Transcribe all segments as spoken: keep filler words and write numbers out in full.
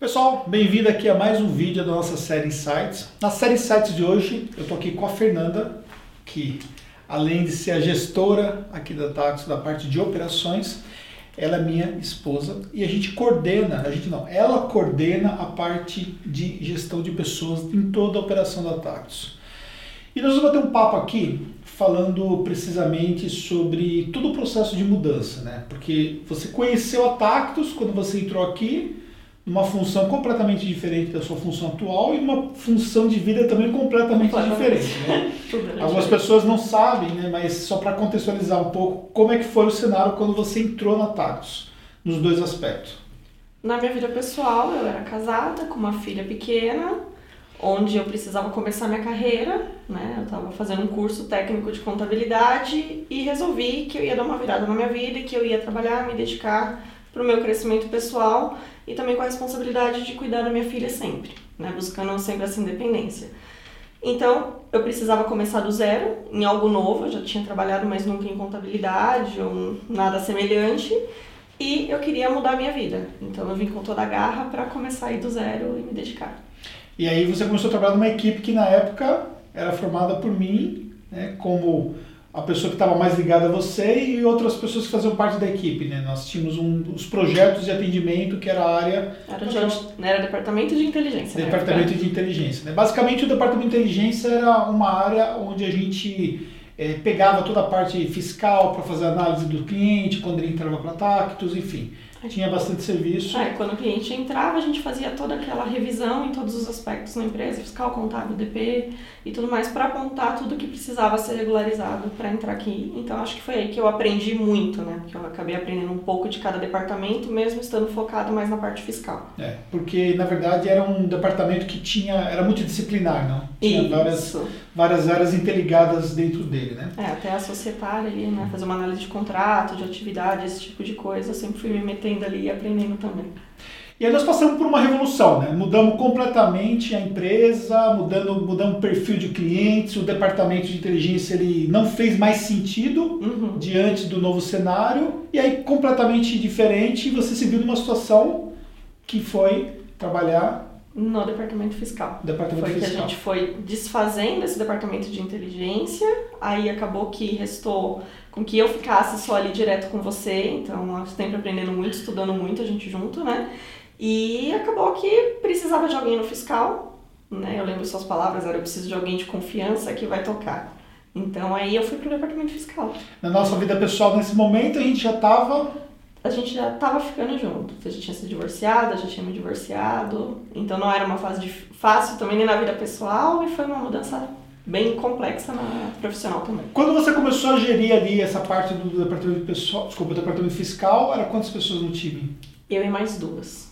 Pessoal, bem-vindo aqui a mais um vídeo da nossa série Insights. Na série Insights de hoje, eu estou aqui com a Fernanda, que além de ser a gestora aqui da Tactus, da parte de operações, ela é minha esposa e a gente coordena, a gente não, ela coordena a parte de gestão de pessoas em toda a operação da Tactus. E nós vamos bater um papo aqui falando precisamente sobre todo o processo de mudança, né? Porque você conheceu a Tactus quando você entrou aqui, numa função completamente diferente da sua função atual e uma função de vida também completamente, completamente. diferente. Né? Algumas pessoas não sabem, né? Mas só para contextualizar um pouco, como é que foi o cenário quando você entrou na Tactus, nos dois aspectos? Na minha vida pessoal, eu era casada com uma filha pequena, onde eu precisava começar minha carreira, né? Eu estava fazendo um curso técnico de contabilidade e resolvi que eu ia dar uma virada na minha vida e que eu ia trabalhar, me dedicar para o meu crescimento pessoal e também com a responsabilidade de cuidar da minha filha sempre, né? Buscando sempre essa independência. Então, eu precisava começar do zero, em algo novo, eu já tinha trabalhado, mas nunca em contabilidade ou nada semelhante, e eu queria mudar a minha vida. Então, eu vim com toda a garra para começar a ir do zero e me dedicar. E aí você começou a trabalhar numa equipe que na época era formada por mim, né, como a pessoa que estava mais ligada a você e outras pessoas que faziam parte da equipe, né? Nós tínhamos um, os projetos de atendimento, que era a área... Era, de, era departamento de inteligência. Departamento de inteligência. Né? Basicamente, o departamento de inteligência era uma área onde a gente é, pegava toda a parte fiscal para fazer análise do cliente, quando ele entrava para a Tactus, enfim. Tinha bastante serviço. É, quando o cliente entrava, a gente fazia toda aquela revisão em todos os aspectos na empresa, fiscal, contábil, D P e tudo mais, para apontar tudo que precisava ser regularizado para entrar aqui. Então, acho que foi aí que eu aprendi muito, né? Porque eu acabei aprendendo um pouco de cada departamento, mesmo estando focado mais na parte fiscal. É, porque, na verdade, era um departamento que tinha, era multidisciplinar, não? Tinha várias, várias áreas interligadas dentro dele, né? É, até a societária ali, né? Fazer uma análise de contrato, de atividade, esse tipo de coisa, eu sempre fui me metendo ali e aprendendo também. E aí nós passamos por uma revolução, né? Mudamos completamente a empresa, mudando, mudamos o perfil de clientes, o departamento de inteligência ele não fez mais sentido uhum. diante do novo cenário, e aí completamente diferente, você se viu numa situação que foi trabalhar no departamento fiscal. Departamento foi fiscal. que a gente foi desfazendo esse departamento de inteligência, aí acabou que restou com que eu ficasse só ali direto com você, então sempre aprendendo muito, estudando muito, a gente junto, né? E acabou que precisava de alguém no fiscal, né? Eu lembro suas palavras, era eu preciso de alguém de confiança que vai tocar. Então aí eu fui pro departamento fiscal. Na nossa vida pessoal, nesse momento, a gente já estava... A gente já estava ficando junto, a gente tinha se divorciado, já tinha me divorciado, então não era uma fase de, fácil também nem na vida pessoal e foi uma mudança bem complexa na profissional também. Quando você começou a gerir ali essa parte do departamento pessoal, desculpa, do departamento fiscal, era quantas pessoas no time? Eu e mais duas.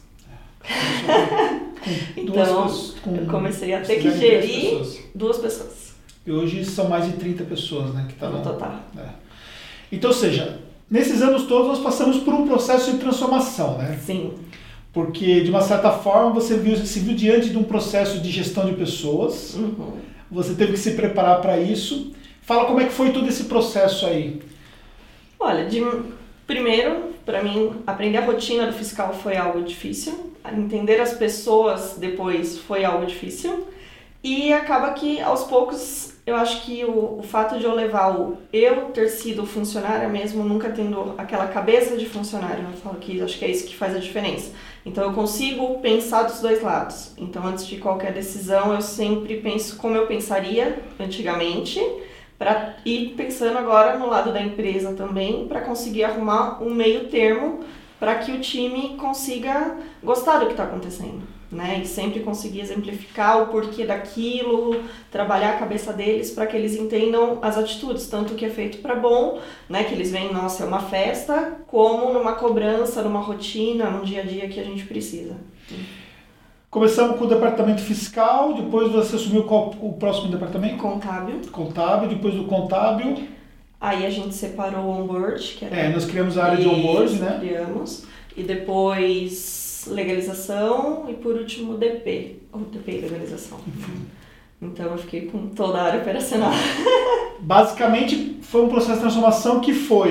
É. Então, duas, com, eu comecei a ter que gerir pessoas. duas pessoas. E hoje são mais de trinta pessoas, né? Que tá no no total. É. Então, ou seja, nesses anos todos nós passamos por um processo de transformação, né? Sim. Porque, de uma certa forma, você viu, se viu diante de um processo de gestão de pessoas, uhum. você teve que se preparar para isso. Fala como é que foi todo esse processo aí. Olha, de, primeiro, para mim, aprender a rotina do fiscal foi algo difícil. Entender as pessoas depois foi algo difícil. E acaba que, aos poucos, eu acho que o, o fato de eu levar o eu ter sido funcionária mesmo, nunca tendo aquela cabeça de funcionário, eu falo que acho que é isso que faz a diferença. Então eu consigo pensar dos dois lados. Então antes de qualquer decisão eu sempre penso como eu pensaria antigamente, para ir pensando agora no lado da empresa também, para conseguir arrumar um meio termo para que o time consiga gostar do que está acontecendo. Né? E sempre conseguir exemplificar o porquê daquilo, trabalhar a cabeça deles para que eles entendam as atitudes, tanto o que é feito para bom, né? Que eles veem, nossa, é uma festa, como numa cobrança, numa rotina, num dia a dia que a gente precisa. Começamos com o departamento fiscal, depois você assumiu qual, o próximo departamento? Contábil. Contábil, depois do contábil. Aí a gente separou o onboard, que era... É, nós criamos a área de onboard, né? Criamos, e depois... legalização e por último D P, ou D P e legalização. Uhum. Então eu fiquei com toda a área operacional. Basicamente foi um processo de transformação que foi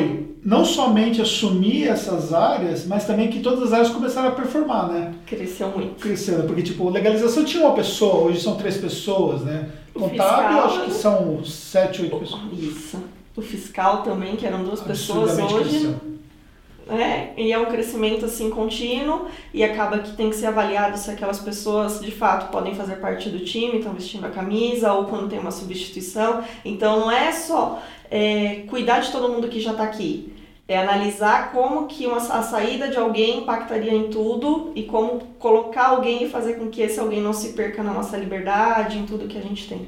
não somente assumir essas áreas, mas também que todas as áreas começaram a performar, né? Cresceu muito. Crescendo, porque tipo, legalização tinha uma pessoa, hoje são três pessoas, né? O Contábil, fiscal, acho que são sete, oito pessoas. Isso. O fiscal também, que eram duas pessoas Absurdamente hoje. cresceu. É, e é um crescimento assim contínuo e acaba que tem que ser avaliado se aquelas pessoas de fato podem fazer parte do time, estão vestindo a camisa ou quando tem uma substituição. Então não é só é, cuidar de todo mundo que já está aqui, é analisar como que uma, a saída de alguém impactaria em tudo e como colocar alguém e fazer com que esse alguém não se perca na nossa liberdade, em tudo que a gente tem.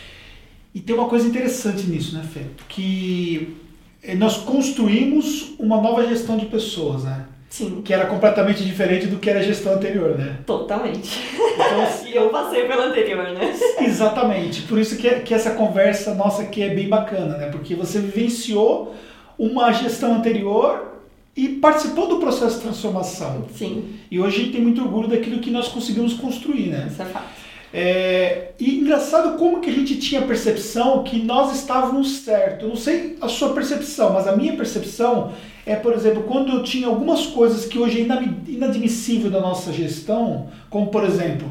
E tem uma coisa interessante nisso, né, Fê? Que nós construímos uma nova gestão de pessoas, né? Sim. Que era completamente diferente do que era a gestão anterior, né? Totalmente. Então, e eu passei pela anterior, né? Exatamente. Por isso que, que essa conversa nossa aqui é bem bacana, né? Porque você vivenciou uma gestão anterior e participou do processo de transformação. Sim. E hoje a gente tem muito orgulho daquilo que nós conseguimos construir, né? Isso é fato. É, e engraçado como que a gente tinha a percepção que nós estávamos certos. Eu não sei a sua percepção, mas a minha percepção é, por exemplo, quando eu tinha algumas coisas que hoje é inadmissível da nossa gestão, como, por exemplo,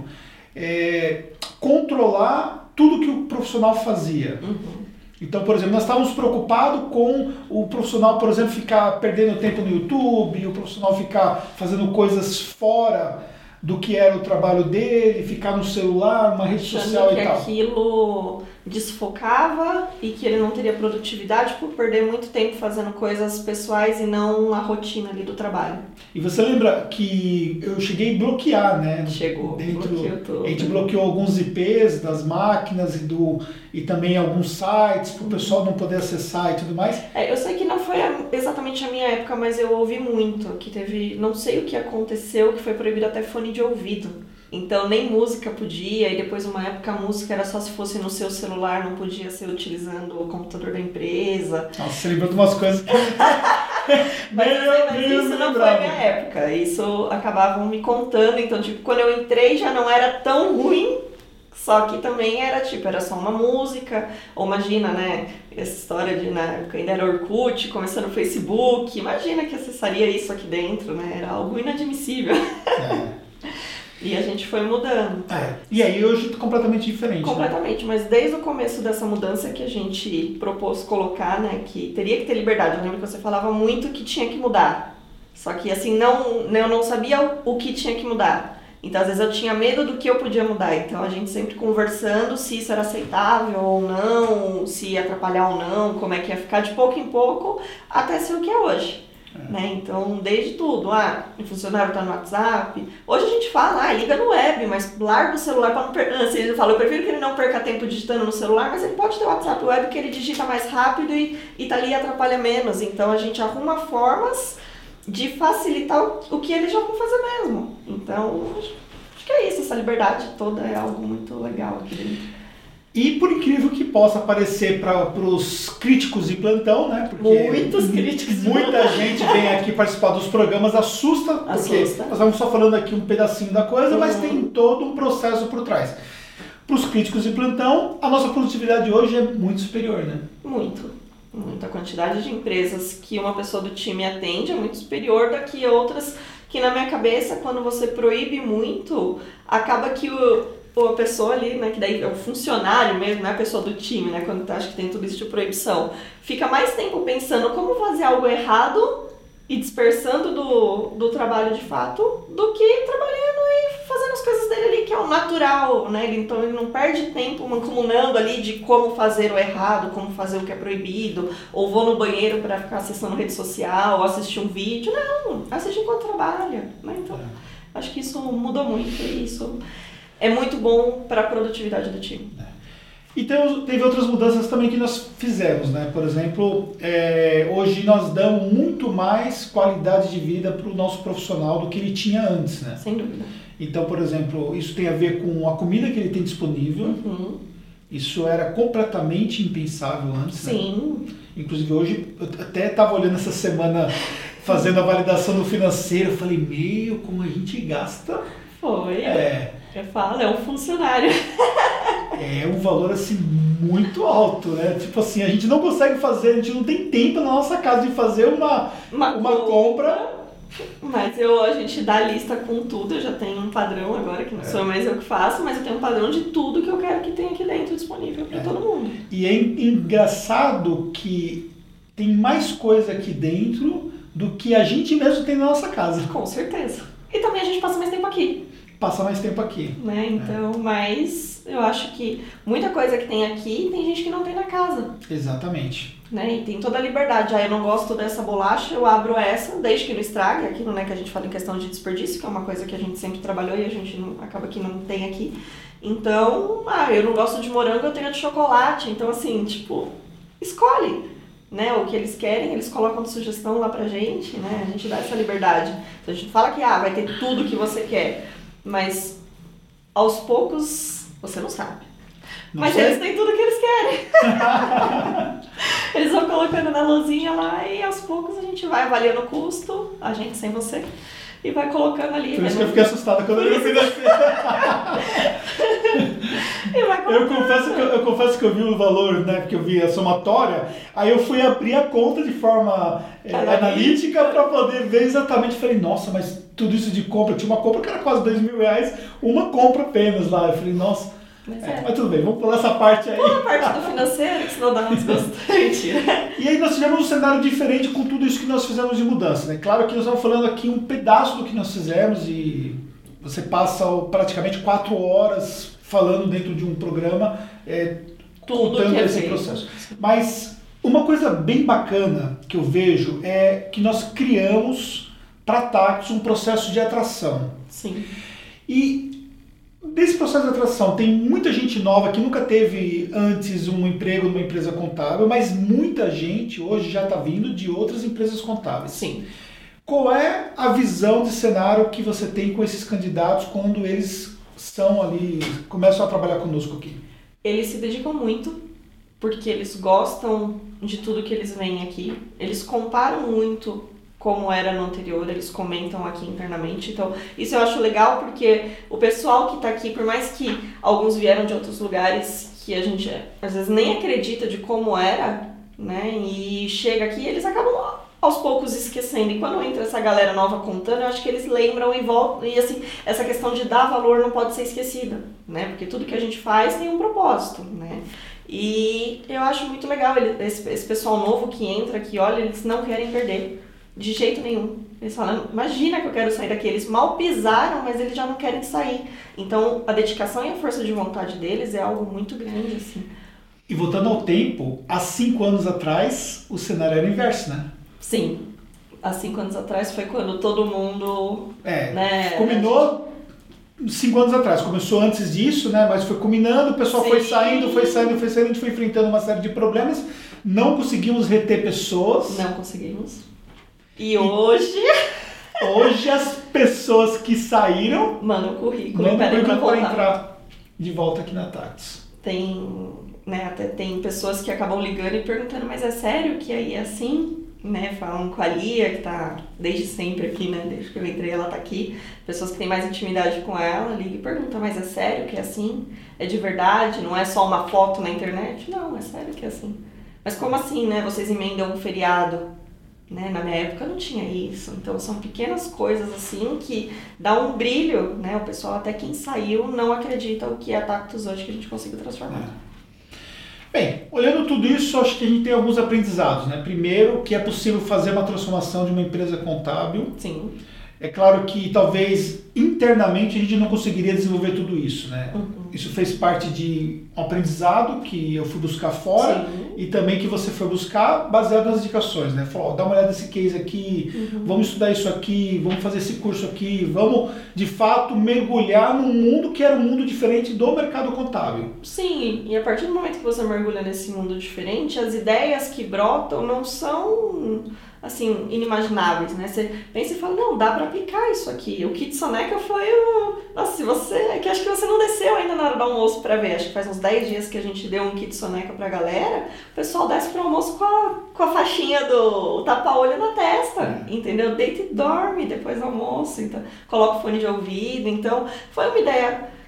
é, controlar tudo que o profissional fazia. Uhum. Então, por exemplo, nós estávamos preocupados com o profissional, por exemplo, ficar perdendo tempo no YouTube, o profissional ficar fazendo coisas fora do que era o trabalho dele, ficar no celular, uma rede social e tal. Achando que aquilo desfocava e que ele não teria produtividade por perder muito tempo fazendo coisas pessoais e não a rotina ali do trabalho. E você lembra que eu cheguei a bloquear, né? Chegou, dentro, bloqueou tudo. A gente bloqueou alguns I Ps das máquinas e, do, e também alguns sites para o pessoal não poder acessar e tudo mais. É, eu sei que não foi a, exatamente a minha época, mas eu ouvi muito que teve, não sei o que aconteceu, que foi proibido até fone de ouvido. Então nem música podia, e depois uma época a música era só se fosse no seu celular, não podia ser utilizando o computador da empresa. Nossa, você lembrou de umas coisas que... mas, eu, mas isso não foi a minha época, isso acabavam me contando, então tipo, quando eu entrei já não era tão ruim, só que também era tipo, era só uma música, ou imagina, né, essa história de, na época ainda era Orkut, começando no Facebook, imagina que acessaria isso aqui dentro, né, era algo inadmissível. É. E a gente foi mudando. É. E aí hoje tá completamente diferente. Completamente, né? Mas desde o começo dessa mudança que a gente propôs colocar, né, que teria que ter liberdade. Eu lembro que você falava muito que tinha que mudar. Só que assim, não, eu não sabia o que tinha que mudar. Então às vezes eu tinha medo do que eu podia mudar. Então a gente sempre conversando se isso era aceitável ou não, se ia atrapalhar ou não, como é que ia ficar de pouco em pouco, até ser o que é hoje. É. Né? Então, desde tudo, ah, o funcionário está no WhatsApp. Hoje a gente fala, ah, liga no web, mas larga o celular para não perder. Assim, ele fala, eu prefiro que ele não perca tempo digitando no celular, mas ele pode ter o WhatsApp web que ele digita mais rápido e, e tá ali e atrapalha menos. Então a gente arruma formas de facilitar o, o que ele já vai fazer mesmo. Então, acho, acho que é isso, essa liberdade toda é algo muito legal aqui dentro. E por incrível que possa parecer para os críticos de plantão, né? Porque muitos críticos. Muita gente vem aqui participar dos programas, assusta, porque assusta. Nós estamos só falando aqui um pedacinho da coisa, uhum. Mas tem todo um processo por trás. Para os críticos de plantão, a nossa produtividade hoje é muito superior, né? Muito. Muito. A quantidade de empresas que uma pessoa do time atende é muito superior da que outras que, na minha cabeça, quando você proíbe muito, acaba que o... ou a pessoa ali, né, que daí é o funcionário mesmo, não é a pessoa do time, né, quando acha que tem tudo isso de proibição, fica mais tempo pensando como fazer algo errado e dispersando do, do trabalho de fato, do que trabalhando e fazendo as coisas dele ali, que é o natural, né, então ele não perde tempo mancomunando ali de como fazer o errado, como fazer o que é proibido, ou vou no banheiro para ficar acessando rede social, ou assistir um vídeo, não, assiste enquanto trabalha, né, então acho que isso mudou muito, e isso... é muito bom para a produtividade do time. E teve, teve outras mudanças também que nós fizemos, né? Por exemplo, é, hoje nós damos muito mais qualidade de vida para o nosso profissional do que ele tinha antes, né? Sem dúvida. Então, por exemplo, isso tem a ver com a comida que ele tem disponível. Uhum. Isso era completamente impensável antes, Sim. Né? Inclusive hoje, eu até estava olhando essa semana, fazendo a validação do financeiro, eu falei, meu, como a gente gasta... Foi. É... Eu falo, é um funcionário. É um valor assim muito alto, né? Tipo assim, a gente não consegue fazer, a gente não tem tempo na nossa casa de fazer uma, Uma, uma compra. Mas eu, a gente dá lista com tudo, eu já tenho um padrão agora, que não É. sou mais eu que faço, mas eu tenho um padrão de tudo que eu quero que tenha aqui dentro disponível para É. todo mundo. E é engraçado que tem mais coisa aqui dentro do que a gente mesmo tem na nossa casa. Com certeza. E também a gente passa mais tempo aqui, Passa mais tempo aqui. né? Então, mas eu acho que muita coisa que tem aqui, tem gente que não tem na casa. Exatamente. Né? E tem toda a liberdade. Ah, eu não gosto dessa bolacha, eu abro essa, desde que não estrague, aquilo, né, que a gente fala em questão de desperdício, que é uma coisa que a gente sempre trabalhou e a gente não, acaba que não tem aqui. Então, ah, eu não gosto de morango, eu tenho de chocolate. Então, assim, tipo, escolhe, né, o que eles querem, eles colocam de sugestão lá pra gente, né, a gente dá essa liberdade. Então, a gente fala que, ah, vai ter tudo que você quer, mas aos poucos, você não sabe. Não Mas sei. eles têm tudo que eles querem. Eles vão colocando na luzinha lá e aos poucos a gente vai avaliando o custo, a gente sem você, e vai colocando ali. Por isso né? que eu fiquei assustada quando eu vi financeiro. E vai Eu colocando. confesso, que eu, eu confesso que eu vi o valor, né? Porque eu vi a somatória, aí eu fui abrir a conta de forma é, Analítica. analítica para poder ver exatamente. Falei, nossa, mas tudo isso de compra, tinha uma compra que era quase dois mil reais, uma compra apenas lá. Eu falei, nossa, Mas é, é. mas tudo bem, vamos pular essa parte aí. Toda a parte do financeiro, que senão dá um desgostante, né? E aí nós tivemos um cenário diferente com tudo isso que nós fizemos de mudança, né? Claro que nós estamos falando aqui um pedaço do que nós fizemos e você passa praticamente quatro horas falando dentro de um programa, é, Tudo contando que é esse feito. processo. Mas uma coisa bem bacana que eu vejo é que nós criamos para a Tactus um processo de atração. Sim. E desse processo de atração, tem muita gente nova que nunca teve antes um emprego numa empresa contábil, mas muita gente hoje já está vindo de outras empresas contábeis. Sim. Qual é a visão de cenário que você tem com esses candidatos quando eles são ali, começam a trabalhar conosco aqui? Eles se dedicam muito, porque eles gostam de tudo que eles veem aqui. Eles comparam muito como era no anterior, eles comentam aqui internamente. Então, isso eu acho legal, porque o pessoal que está aqui, por mais que alguns vieram de outros lugares que a gente às vezes nem acredita de como era, né? E chega aqui, eles acabam aos poucos esquecendo. E quando entra essa galera nova contando, eu acho que eles lembram e voltam. E assim, essa questão de dar valor não pode ser esquecida, né? Porque tudo que a gente faz tem um propósito, né? E eu acho muito legal ele, esse, esse pessoal novo que entra aqui, olha, eles não querem perder. De jeito nenhum. Eles falam, imagina que eu quero sair daqui. Eles mal pisaram, mas eles já não querem sair. Então, a dedicação e a força de vontade deles é algo muito grande, assim. E voltando ao tempo, há cinco anos atrás, o cenário era o inverso, né? Sim. Há cinco anos atrás foi quando todo mundo... É, né, combinou cinco anos atrás. Começou antes disso, né? Mas foi combinando, o pessoal Sim. foi saindo, foi saindo, foi saindo, a gente foi enfrentando uma série de problemas. Não conseguimos reter pessoas. Não conseguimos. E hoje... Hoje as pessoas que saíram Manda o currículo, mandam pedem pra currículo para voltar. entrar de volta aqui na Tactus. Tem, né, até tem pessoas que acabam ligando e perguntando, mas é sério que aí é assim? Né, falam com a Lia, que tá desde sempre aqui, né, desde que eu entrei ela tá aqui. Pessoas que têm mais intimidade com ela, ligam e perguntam, mas é sério que é assim? É de verdade? Não é só uma foto na internet? Não, é sério que é assim. Mas como assim, né, vocês emendam um feriado? Né? Na minha época não tinha isso, então são pequenas coisas assim que dá um brilho, né? O pessoal, até quem saiu, não acredita o que é a Tactus hoje que a gente conseguiu transformar. É. Bem, olhando tudo isso, acho que a gente tem alguns aprendizados, né? Primeiro, que é possível fazer uma transformação de uma empresa contábil. Sim. É claro que talvez internamente a gente não conseguiria desenvolver tudo isso, né? Uhum. Isso fez parte de um aprendizado que eu fui buscar fora. Sim. E também que você foi buscar baseado nas indicações, né? Falou, ó, dá uma olhada nesse case aqui, Uhum. vamos estudar isso aqui, vamos fazer esse curso aqui, vamos de fato mergulhar num mundo que era um mundo diferente do mercado contábil. Sim, e a partir do momento que você mergulha nesse mundo diferente, as ideias que brotam não são, assim, inimagináveis, né? Você pensa e fala, não, dá pra aplicar isso aqui. O Kit Soneca foi o... Nossa, se você... É que acho que você não desceu ainda na hora do almoço pra ver. Acho que faz uns dez dias que a gente deu um Kit Soneca pra galera. O pessoal desce pro almoço com a, com a faixinha do tapa-olho na testa, entendeu? Deita e dorme depois do almoço, então coloca o fone de ouvido. Então, foi uma ideia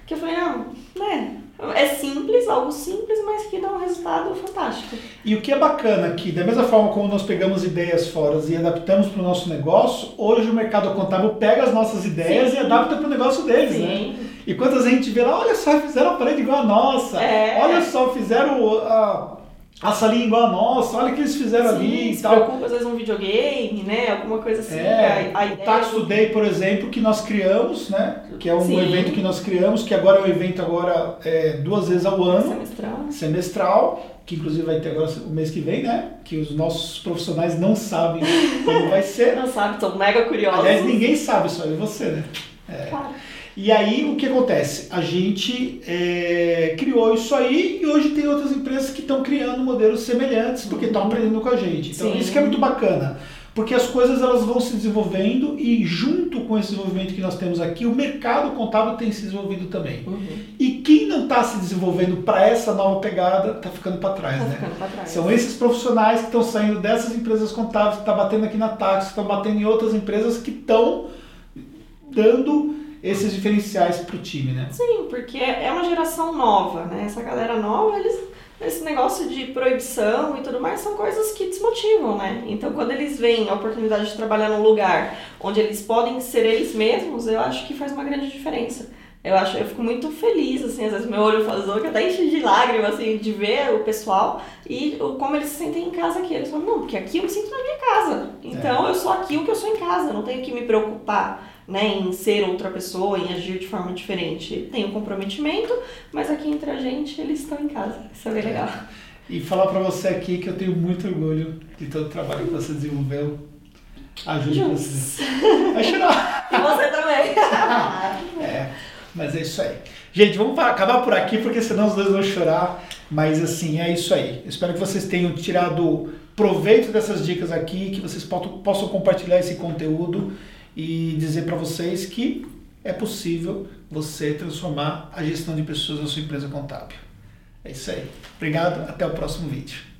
que eu falei, ah, né, é simples, algo simples, mas que dá um resultado fantástico. E o que é bacana aqui, da mesma forma como nós pegamos ideias fora e adaptamos para o nosso negócio, hoje o mercado contábil pega as nossas ideias Sim. e adapta para o negócio deles, Sim. né? E quantas a gente vê lá, olha só, fizeram a parede igual a nossa, é. olha só, fizeram a, a salinha igual a nossa, olha o que eles fizeram Sim, ali. Se tal. preocupa às vezes um videogame, né, alguma coisa assim. É, a, a o ideia Tax do... Today, por exemplo, que nós criamos, né, que é um Sim. evento que nós criamos, que agora é um evento agora é, duas vezes ao ano. Semestral. Semestral, que inclusive vai ter agora o mês que vem, né, que os nossos profissionais não sabem como vai ser. Não sabem, estão mega curiosos. Aliás, ninguém sabe, só eu e você, né. É. Claro. E aí, o que acontece? A gente é, criou isso aí e hoje tem outras empresas que estão criando modelos semelhantes porque estão aprendendo com a gente. Então, Sim. isso que é muito bacana, porque as coisas elas vão se desenvolvendo e junto com esse desenvolvimento que nós temos aqui, o mercado contábil tem se desenvolvido também. Uhum. E quem não está se desenvolvendo para essa nova pegada está ficando para trás, tá né? Ficando pra trás. São esses profissionais que estão saindo dessas empresas contábeis, que estão batendo aqui na Tax, que estão batendo em outras empresas que estão dando esses diferenciais para o time, né? Sim, porque é uma geração nova, né? Essa galera nova, eles, esse negócio de proibição e tudo mais são coisas que desmotivam, né? Então, quando eles veem a oportunidade de trabalhar num lugar onde eles podem ser eles mesmos, eu acho que faz uma grande diferença. Eu acho, eu fico muito feliz, assim, às vezes meu olho faz que até enche de lágrimas, assim, de ver o pessoal e como eles se sentem em casa aqui. Eles falam, não, porque aqui eu me sinto na minha casa. Então, é. eu sou aqui o que eu sou em casa, eu não tenho que me preocupar, né, em ser outra pessoa, em agir de forma diferente. Tem um comprometimento, mas aqui entre a gente, eles estão em casa. Isso é bem legal. E falar pra você aqui que eu tenho muito orgulho de todo o trabalho que você desenvolveu. Ajude você. Vai chorar. E você também. É, mas é isso aí. Gente, vamos acabar por aqui, porque senão os dois vão chorar. Mas assim, é isso aí. Eu espero que vocês tenham tirado proveito dessas dicas aqui, que vocês possam compartilhar esse conteúdo e dizer para vocês que é possível você transformar a gestão de pessoas na sua empresa contábil. É isso aí. Obrigado, até o próximo vídeo.